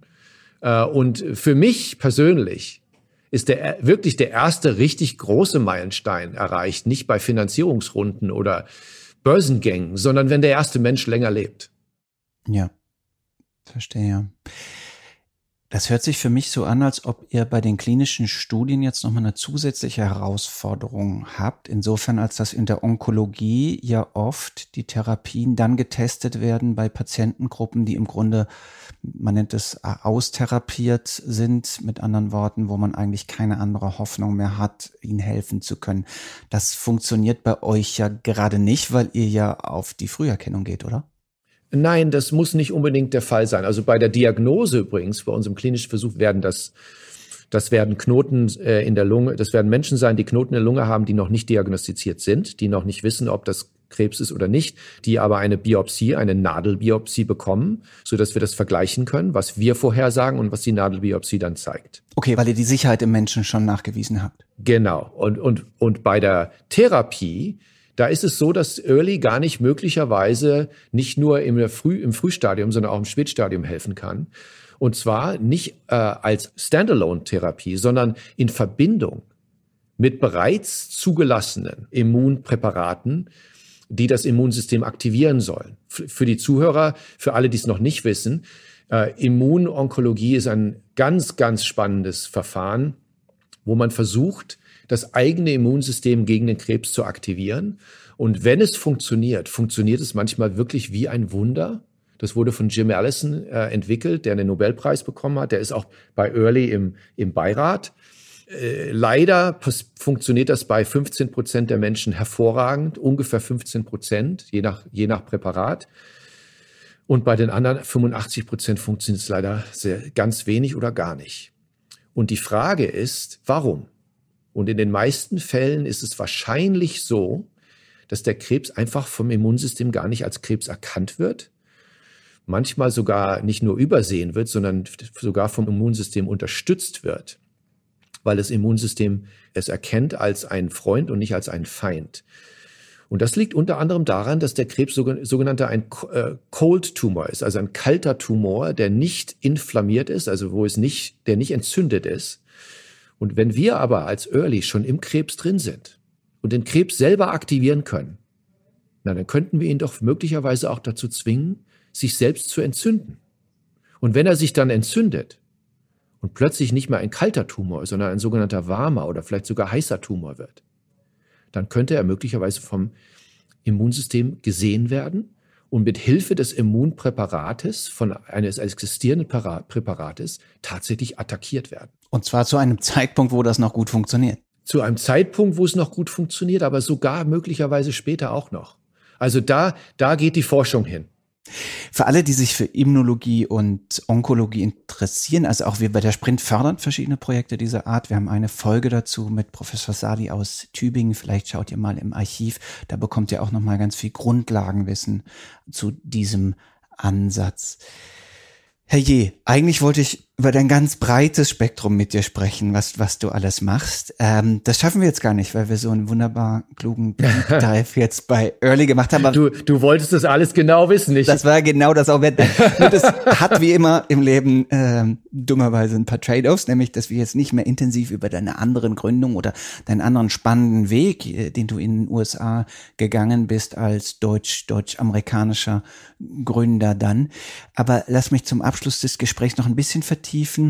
Und für mich persönlich ist der wirklich der erste richtig große Meilenstein erreicht. Nicht bei Finanzierungsrunden oder Börsengängen, sondern wenn der erste Mensch länger lebt. Ja, verstehe. Das hört sich für mich so an, als ob ihr bei den klinischen Studien jetzt nochmal eine zusätzliche Herausforderung habt. Insofern, als dass in der Onkologie ja oft die Therapien dann getestet werden bei Patientengruppen, die im Grunde, man nennt es, austherapiert sind. Mit anderen Worten, wo man eigentlich keine andere Hoffnung mehr hat, ihnen helfen zu können. Das funktioniert bei euch ja gerade nicht, weil ihr ja auf die Früherkennung geht, oder? Nein, das muss nicht unbedingt der Fall sein. Also bei der Diagnose übrigens, bei unserem klinischen Versuch werden das, das werden Knoten äh, in der Lunge, das werden Menschen sein, die Knoten in der Lunge haben, die noch nicht diagnostiziert sind, die noch nicht wissen, ob das Krebs ist oder nicht, die aber eine Biopsie, eine Nadelbiopsie bekommen, sodass wir das vergleichen können, was wir vorhersagen und was die Nadelbiopsie dann zeigt. Okay, weil ihr die Sicherheit im Menschen schon nachgewiesen habt. Genau. Und, und, und bei der Therapie, da ist es so, dass Early gar nicht möglicherweise nicht nur im, Früh, im Frühstadium, sondern auch im Spätstadium helfen kann. Und zwar nicht äh, als Standalone-Therapie, sondern in Verbindung mit bereits zugelassenen Immunpräparaten, die das Immunsystem aktivieren sollen. F- für die Zuhörer, für alle, die es noch nicht wissen, äh, Immunonkologie ist ein ganz, ganz spannendes Verfahren, wo man versucht, das eigene Immunsystem gegen den Krebs zu aktivieren. Und wenn es funktioniert, funktioniert es manchmal wirklich wie ein Wunder. Das wurde von Jim Allison äh, entwickelt, der den Nobelpreis bekommen hat. Der ist auch bei Early im, im Beirat. Äh, leider pas- funktioniert das bei fünfzehn Prozent der Menschen hervorragend, ungefähr fünfzehn Prozent, je nach, je nach Präparat. Und bei den anderen fünfundachtzig Prozent funktioniert es leider sehr, ganz wenig oder gar nicht. Und die Frage ist, warum? Und in den meisten Fällen ist es wahrscheinlich so, dass der Krebs einfach vom Immunsystem gar nicht als Krebs erkannt wird, manchmal sogar nicht nur übersehen wird, sondern sogar vom Immunsystem unterstützt wird, weil das Immunsystem es erkennt als einen Freund und nicht als einen Feind. Und das liegt unter anderem daran, dass der Krebs sogenannter ein Cold Tumor ist, also ein kalter Tumor, der nicht inflammiert ist, also wo es nicht, der nicht entzündet ist. Und wenn wir aber als Early schon im Krebs drin sind und den Krebs selber aktivieren können, na, dann könnten wir ihn doch möglicherweise auch dazu zwingen, sich selbst zu entzünden. Und wenn er sich dann entzündet und plötzlich nicht mehr ein kalter Tumor, sondern ein sogenannter warmer oder vielleicht sogar heißer Tumor wird, dann könnte er möglicherweise vom Immunsystem gesehen werden und mit Hilfe des Immunpräparates, von eines existierenden Präparates, tatsächlich attackiert werden. Und zwar zu einem Zeitpunkt, wo das noch gut funktioniert. Zu einem Zeitpunkt, wo es noch gut funktioniert, aber sogar möglicherweise später auch noch. Also da, da geht die Forschung hin. Für alle, die sich für Immunologie und Onkologie interessieren, also auch wir bei der Sprint fördern verschiedene Projekte dieser Art. Wir haben eine Folge dazu mit Professor Sadi aus Tübingen. Vielleicht schaut ihr mal im Archiv. Da bekommt ihr auch noch mal ganz viel Grundlagenwissen zu diesem Ansatz. Herr Je, eigentlich wollte ich über dein ganz breites Spektrum mit dir sprechen, was was du alles machst. Ähm, das schaffen wir jetzt gar nicht, weil wir so einen wunderbar klugen Deep Dive jetzt bei Early gemacht haben. Du, du wolltest das alles genau wissen, nicht? Das war genau das auch. Das hat wie immer im Leben ähm, dummerweise ein paar Trade-offs, nämlich, dass wir jetzt nicht mehr intensiv über deine anderen Gründungen oder deinen anderen spannenden Weg, äh, den du in den U S A gegangen bist als deutsch, deutsch-amerikanischer Gründer dann. Aber lass mich zum Abschluss des Gesprächs noch ein bisschen vertiefen,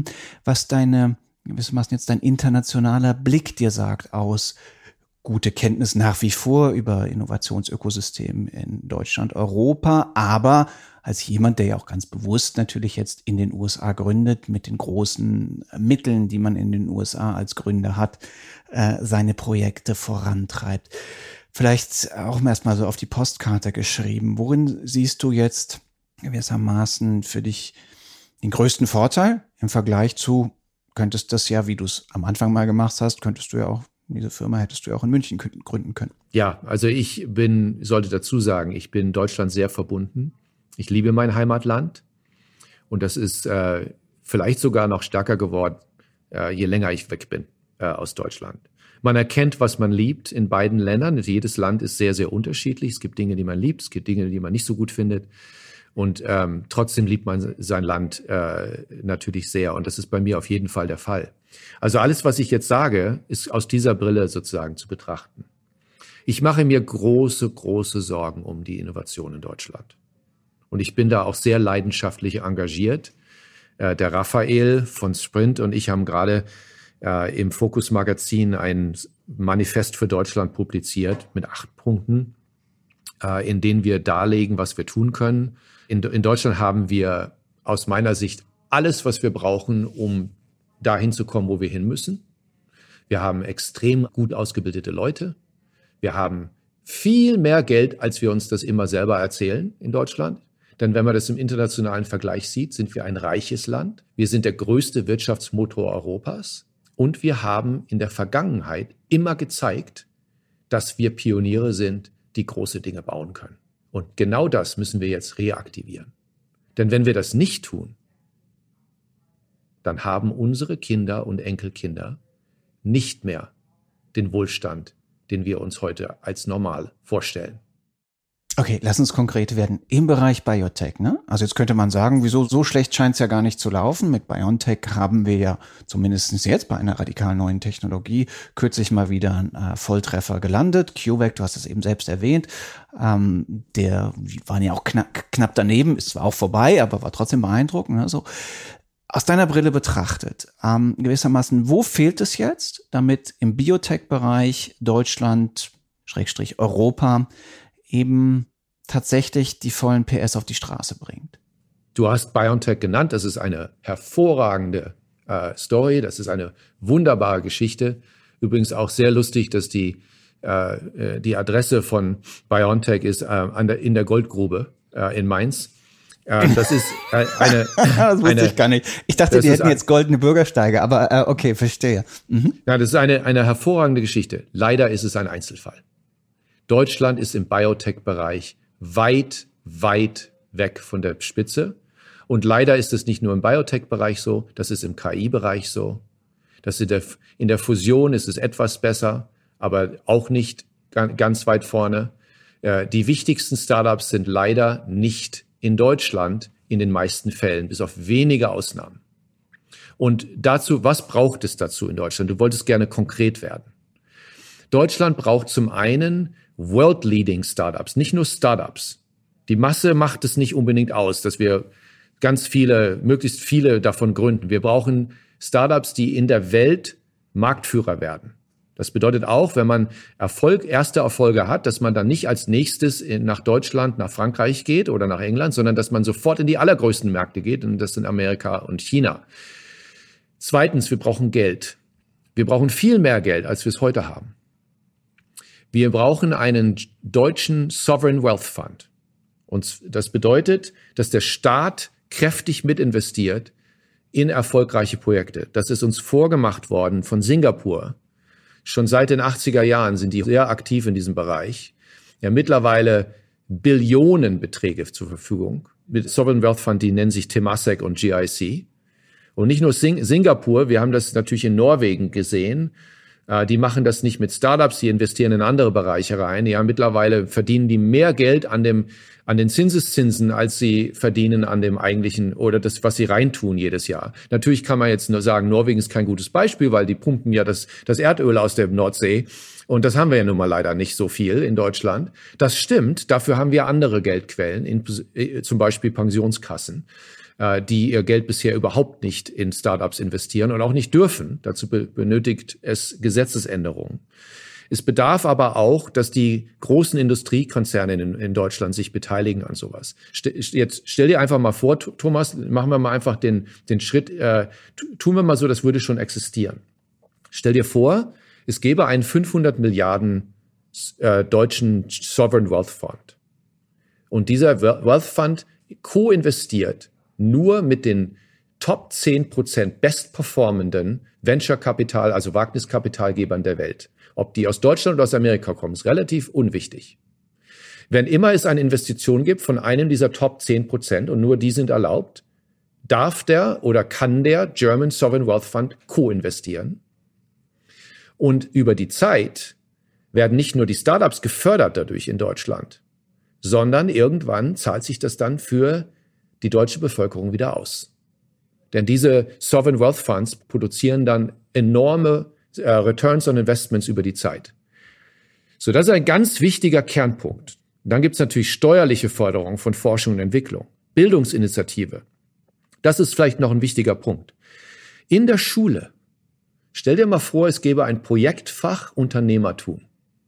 was deine, gewissermaßen jetzt dein internationaler Blick dir sagt aus gute Kenntnis nach wie vor über Innovationsökosystem in Deutschland, Europa, aber als jemand, der ja auch ganz bewusst natürlich jetzt in den U S A gründet, mit den großen Mitteln, die man in den U S A als Gründer hat, äh, seine Projekte vorantreibt. Vielleicht auch erstmal so auf die Postkarte geschrieben. Worin siehst du jetzt gewissermaßen für dich den größten Vorteil im Vergleich zu, könntest das ja, wie du es am Anfang mal gemacht hast, könntest du ja auch, diese Firma hättest du ja auch in München gründen können. Ja, also ich bin, sollte dazu sagen, ich bin Deutschland sehr verbunden. Ich liebe mein Heimatland und das ist äh, vielleicht sogar noch stärker geworden, äh, je länger ich weg bin äh, aus Deutschland. Man erkennt, was man liebt in beiden Ländern. Jedes Land ist sehr, sehr unterschiedlich. Es gibt Dinge, die man liebt, es gibt Dinge, die man nicht so gut findet. Und ähm, trotzdem liebt man sein Land äh, natürlich sehr. Und das ist bei mir auf jeden Fall der Fall. Also alles, was ich jetzt sage, ist aus dieser Brille sozusagen zu betrachten. Ich mache mir große, große Sorgen um die Innovation in Deutschland. Und ich bin da auch sehr leidenschaftlich engagiert. Äh, der Raphael von Sprint und ich haben gerade äh, im Focus Magazin ein Manifest für Deutschland publiziert mit acht Punkten, äh, in denen wir darlegen, was wir tun können. In, in Deutschland haben wir aus meiner Sicht alles, was wir brauchen, um dahin zu kommen, wo wir hin müssen. Wir haben extrem gut ausgebildete Leute. Wir haben viel mehr Geld, als wir uns das immer selber erzählen in Deutschland. Denn wenn man das im internationalen Vergleich sieht, sind wir ein reiches Land. Wir sind der größte Wirtschaftsmotor Europas. Und wir haben in der Vergangenheit immer gezeigt, dass wir Pioniere sind, die große Dinge bauen können. Und genau das müssen wir jetzt reaktivieren. Denn wenn wir das nicht tun, dann haben unsere Kinder und Enkelkinder nicht mehr den Wohlstand, den wir uns heute als normal vorstellen. Okay, lass uns konkret werden. Im Bereich Biotech, ne? Also jetzt könnte man sagen, wieso, so schlecht scheint es ja gar nicht zu laufen. Mit BioNTech haben wir ja zumindest jetzt bei einer radikal neuen Technologie kürzlich mal wieder einen äh, Volltreffer gelandet. CureVac, du hast es eben selbst erwähnt, ähm, der waren ja auch knapp, knapp daneben, ist zwar auch vorbei, aber war trotzdem beeindruckend. Ne? So. Aus deiner Brille betrachtet, ähm, gewissermaßen, wo fehlt es jetzt, damit im Biotech-Bereich Deutschland, Schrägstrich Europa, eben tatsächlich die vollen P S auf die Straße bringt? Du hast BioNTech genannt, das ist eine hervorragende äh, Story, das ist eine wunderbare Geschichte. Übrigens auch sehr lustig, dass die, äh, die Adresse von BioNTech ist äh, an der, in der Goldgrube äh, in Mainz. Äh, das ist äh, eine... das wusste eine, ich gar nicht. Ich dachte, die hätten ein, jetzt goldene Bürgersteige, aber äh, okay, verstehe. Mhm. Ja, das ist eine, eine hervorragende Geschichte. Leider ist es ein Einzelfall. Deutschland ist im Biotech-Bereich weit, weit weg von der Spitze. Und leider ist es nicht nur im Biotech-Bereich so, das ist im K I-Bereich so. Das in, der, in der Fusion ist es etwas besser, aber auch nicht ganz weit vorne. Die wichtigsten Startups sind leider nicht in Deutschland in den meisten Fällen, bis auf wenige Ausnahmen. Und dazu, was braucht es dazu in Deutschland? Du wolltest gerne konkret werden. Deutschland braucht zum einen World-Leading Startups, nicht nur Startups. Die Masse macht es nicht unbedingt aus, dass wir ganz viele, möglichst viele davon gründen. Wir brauchen Startups, die in der Welt Marktführer werden. Das bedeutet auch, wenn man Erfolg, erste Erfolge hat, dass man dann nicht als nächstes in, nach Deutschland, nach Frankreich geht oder nach England, sondern dass man sofort in die allergrößten Märkte geht, und das sind Amerika und China. Zweitens, wir brauchen Geld. Wir brauchen viel mehr Geld, als wir es heute haben. Wir brauchen einen deutschen Sovereign Wealth Fund. Und das bedeutet, dass der Staat kräftig mitinvestiert in erfolgreiche Projekte. Das ist uns vorgemacht worden von Singapur. Schon seit den achtziger Jahren sind die sehr aktiv in diesem Bereich. Ja, mittlerweile Billionenbeträge zur Verfügung. Mit Sovereign Wealth Fund, die nennen sich Temasek und G I C. Und nicht nur Sing- Singapur, wir haben das natürlich in Norwegen gesehen. Die machen das nicht mit Startups, die investieren in andere Bereiche rein. Ja, mittlerweile verdienen die mehr Geld an dem, an den Zinseszinsen, als sie verdienen an dem eigentlichen oder das, was sie reintun jedes Jahr. Natürlich kann man jetzt nur sagen, Norwegen ist kein gutes Beispiel, weil die pumpen ja das, das Erdöl aus der Nordsee. Und das haben wir ja nun mal leider nicht so viel in Deutschland. Das stimmt. Dafür haben wir andere Geldquellen, in, zum Beispiel Pensionskassen, die ihr Geld bisher überhaupt nicht in Startups investieren und auch nicht dürfen. Dazu be- benötigt es Gesetzesänderungen. Es bedarf aber auch, dass die großen Industriekonzerne in, in Deutschland sich beteiligen an sowas. St- jetzt stell dir einfach mal vor, Thomas, machen wir mal einfach den, den Schritt, äh, tun wir mal so, das würde schon existieren. Stell dir vor, es gäbe einen fünfhundert Milliarden äh, deutschen Sovereign Wealth Fund. Und dieser Wealth Fund co-investiert nur mit den Top zehn Prozent bestperformenden Venture-Kapital, also Wagniskapitalgebern der Welt. Ob die aus Deutschland oder aus Amerika kommen, ist relativ unwichtig. Wenn immer es eine Investition gibt von einem dieser Top zehn Prozent und nur die sind erlaubt, darf der oder kann der German Sovereign Wealth Fund co-investieren. Und über die Zeit werden nicht nur die Startups gefördert dadurch in Deutschland, sondern irgendwann zahlt sich das dann für die deutsche Bevölkerung wieder aus. Denn diese Sovereign Wealth Funds produzieren dann enorme äh, Returns on Investments über die Zeit. So, das ist ein ganz wichtiger Kernpunkt. Dann gibt es natürlich steuerliche Förderung von Forschung und Entwicklung, Bildungsinitiative. Das ist vielleicht noch ein wichtiger Punkt. In der Schule, stell dir mal vor, es gäbe ein Projektfach Unternehmertum.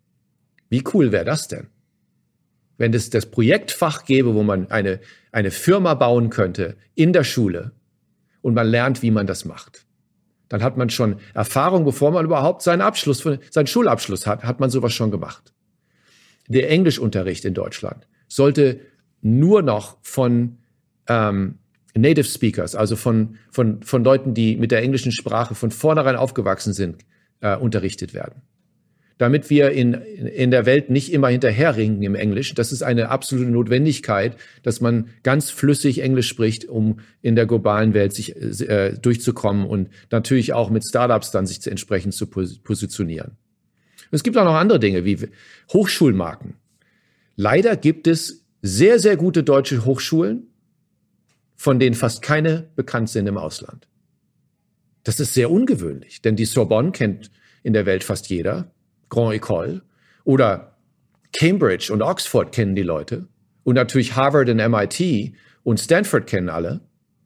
Wie cool wäre das denn? Wenn es das Projektfach gäbe, wo man eine, eine Firma bauen könnte in der Schule und man lernt, wie man das macht. Dann hat man schon Erfahrung, bevor man überhaupt seinen Abschluss, seinen Schulabschluss hat, hat man sowas schon gemacht. Der Englischunterricht in Deutschland sollte nur noch von ähm, Native Speakers, also von, von, von Leuten, die mit der englischen Sprache von vornherein aufgewachsen sind, äh, unterrichtet werden. Damit wir in, in der Welt nicht immer hinterherrinken im Englisch. Das ist eine absolute Notwendigkeit, dass man ganz flüssig Englisch spricht, um in der globalen Welt sich äh, durchzukommen und natürlich auch mit Startups dann sich entsprechend zu positionieren. Es gibt auch noch andere Dinge wie Hochschulmarken. Leider gibt es sehr, sehr gute deutsche Hochschulen, von denen fast keine bekannt sind im Ausland. Das ist sehr ungewöhnlich, denn die Sorbonne kennt in der Welt fast jeder. Grand École oder Cambridge und Oxford kennen die Leute und natürlich Harvard und M I T und Stanford kennen alle.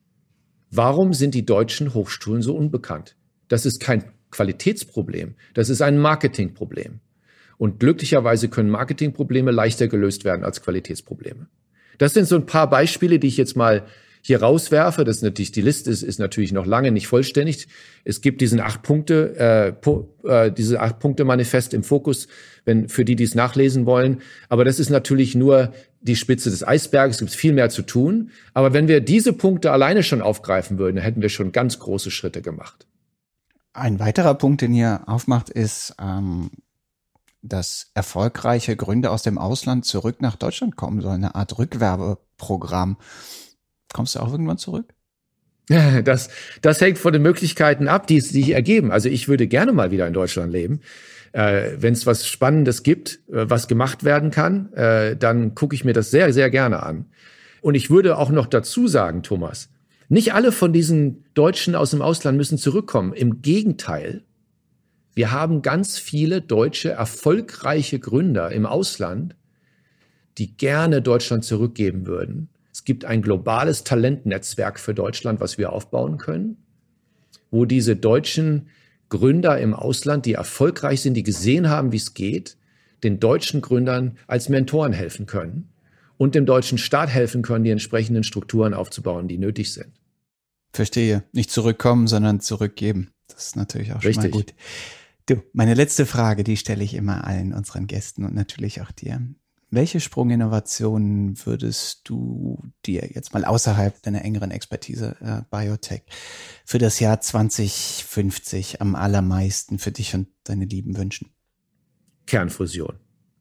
Warum sind die deutschen Hochschulen so unbekannt? Das ist kein Qualitätsproblem, das ist ein Marketingproblem. Und glücklicherweise können Marketingprobleme leichter gelöst werden als Qualitätsprobleme. Das sind so ein paar Beispiele, die ich jetzt mal hier rauswerfe. Das ist natürlich, die Liste ist, ist natürlich noch lange nicht vollständig. Es gibt diesen acht Punkte, äh, po, äh, diese acht Punkte Manifest im Fokus, wenn für die, die es nachlesen wollen. Aber das ist natürlich nur die Spitze des Eisberges. Es gibt viel mehr zu tun. Aber wenn wir diese Punkte alleine schon aufgreifen würden, dann hätten wir schon ganz große Schritte gemacht. Ein weiterer Punkt, den ihr aufmacht, ist, ähm, dass erfolgreiche Gründer aus dem Ausland zurück nach Deutschland kommen, so eine Art Rückwerbeprogramm. Kommst du auch irgendwann zurück? Das, das hängt von den Möglichkeiten ab, die es sich ergeben. Also ich würde gerne mal wieder in Deutschland leben. Äh, wenn es was Spannendes gibt, äh, was gemacht werden kann, äh, dann gucke ich mir das sehr, sehr gerne an. Und ich würde auch noch dazu sagen, Thomas, nicht alle von diesen Deutschen aus dem Ausland müssen zurückkommen. Im Gegenteil, wir haben ganz viele deutsche, erfolgreiche Gründer im Ausland, die gerne Deutschland zurückgeben würden. Es gibt ein globales Talentnetzwerk für Deutschland, was wir aufbauen können, wo diese deutschen Gründer im Ausland, die erfolgreich sind, die gesehen haben, wie es geht, den deutschen Gründern als Mentoren helfen können und dem deutschen Staat helfen können, die entsprechenden Strukturen aufzubauen, die nötig sind. Verstehe. Nicht zurückkommen, sondern zurückgeben. Das ist natürlich auch Richtig. Schon mal gut. Du, meine letzte Frage, die stelle ich immer allen unseren Gästen und natürlich auch dir. Welche Sprunginnovationen würdest du dir jetzt mal außerhalb deiner engeren Expertise äh, Biotech für das Jahr zwanzig fünfzig am allermeisten für dich und deine Lieben wünschen? Kernfusion.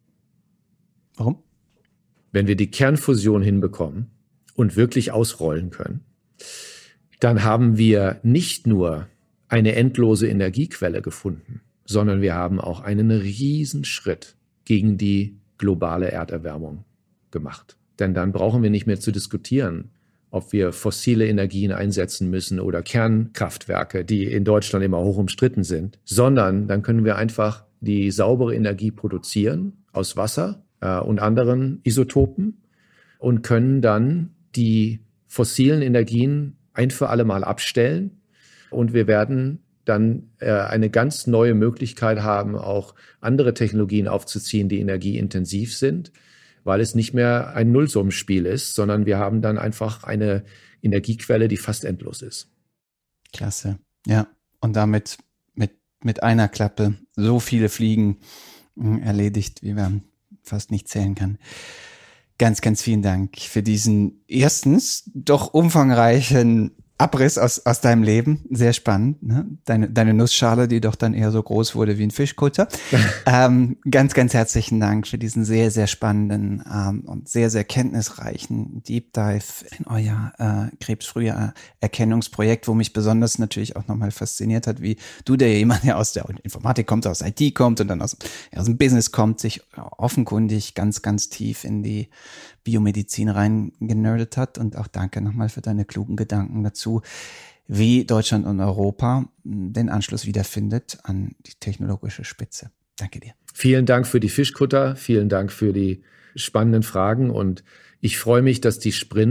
Warum? Wenn wir die Kernfusion hinbekommen und wirklich ausrollen können, dann haben wir nicht nur eine endlose Energiequelle gefunden, sondern wir haben auch einen riesen Schritt gegen die globale Erderwärmung gemacht. Denn dann brauchen wir nicht mehr zu diskutieren, ob wir fossile Energien einsetzen müssen oder Kernkraftwerke, die in Deutschland immer hoch umstritten sind, sondern dann können wir einfach die saubere Energie produzieren aus Wasser äh, und anderen Isotopen und können dann die fossilen Energien ein für alle Mal abstellen. Und wir werden dann äh, eine ganz neue Möglichkeit haben, auch andere Technologien aufzuziehen, die energieintensiv sind, weil es nicht mehr ein Nullsummenspiel ist, sondern wir haben dann einfach eine Energiequelle, die fast endlos ist. Klasse. Ja, und damit mit, mit einer Klappe so viele Fliegen erledigt, wie man fast nicht zählen kann. Ganz, ganz vielen Dank für diesen erstens doch umfangreichen Abriss aus, aus deinem Leben. Sehr spannend, ne? Deine, deine Nussschale, die doch dann eher so groß wurde wie ein Fischkutter. ähm, ganz, ganz herzlichen Dank für diesen sehr, sehr spannenden ähm, und sehr, sehr kenntnisreichen Deep Dive in euer äh, Krebsfrüherkennungsprojekt, wo mich besonders natürlich auch nochmal fasziniert hat, wie du, der jemand, der aus der Informatik kommt, aus I T kommt und dann aus, aus dem Business kommt, sich offenkundig ganz, ganz tief in die Biomedizin reingenerdet hat. Und auch danke nochmal für deine klugen Gedanken dazu, wie Deutschland und Europa den Anschluss wiederfindet an die technologische Spitze. Danke dir. Vielen Dank für die Fischkutter, vielen Dank für die spannenden Fragen und ich freue mich, dass die Sprint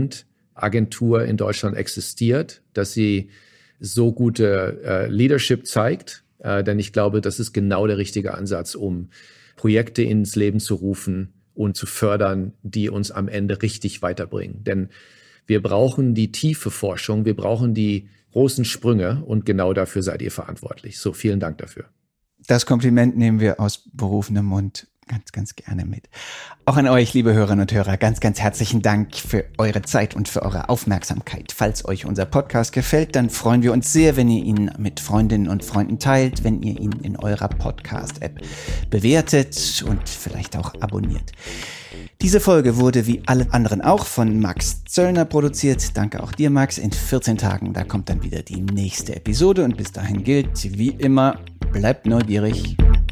Agentur in Deutschland existiert, dass sie so gute äh, Leadership zeigt. Äh, denn ich glaube, das ist genau der richtige Ansatz, um Projekte ins Leben zu rufen und zu fördern, die uns am Ende richtig weiterbringen. Denn wir brauchen die tiefe Forschung, wir brauchen die großen Sprünge und genau dafür seid ihr verantwortlich. So, vielen Dank dafür. Das Kompliment nehmen wir aus berufenem Mund ganz, ganz gerne mit. Auch an euch, liebe Hörerinnen und Hörer, ganz, ganz herzlichen Dank für eure Zeit und für eure Aufmerksamkeit. Falls euch unser Podcast gefällt, dann freuen wir uns sehr, wenn ihr ihn mit Freundinnen und Freunden teilt, wenn ihr ihn in eurer Podcast-App bewertet und vielleicht auch abonniert. Diese Folge wurde wie alle anderen auch von Max Zöllner produziert. Danke auch dir, Max. In vierzehn Tagen, da kommt dann wieder die nächste Episode und bis dahin gilt, wie immer, bleibt neugierig.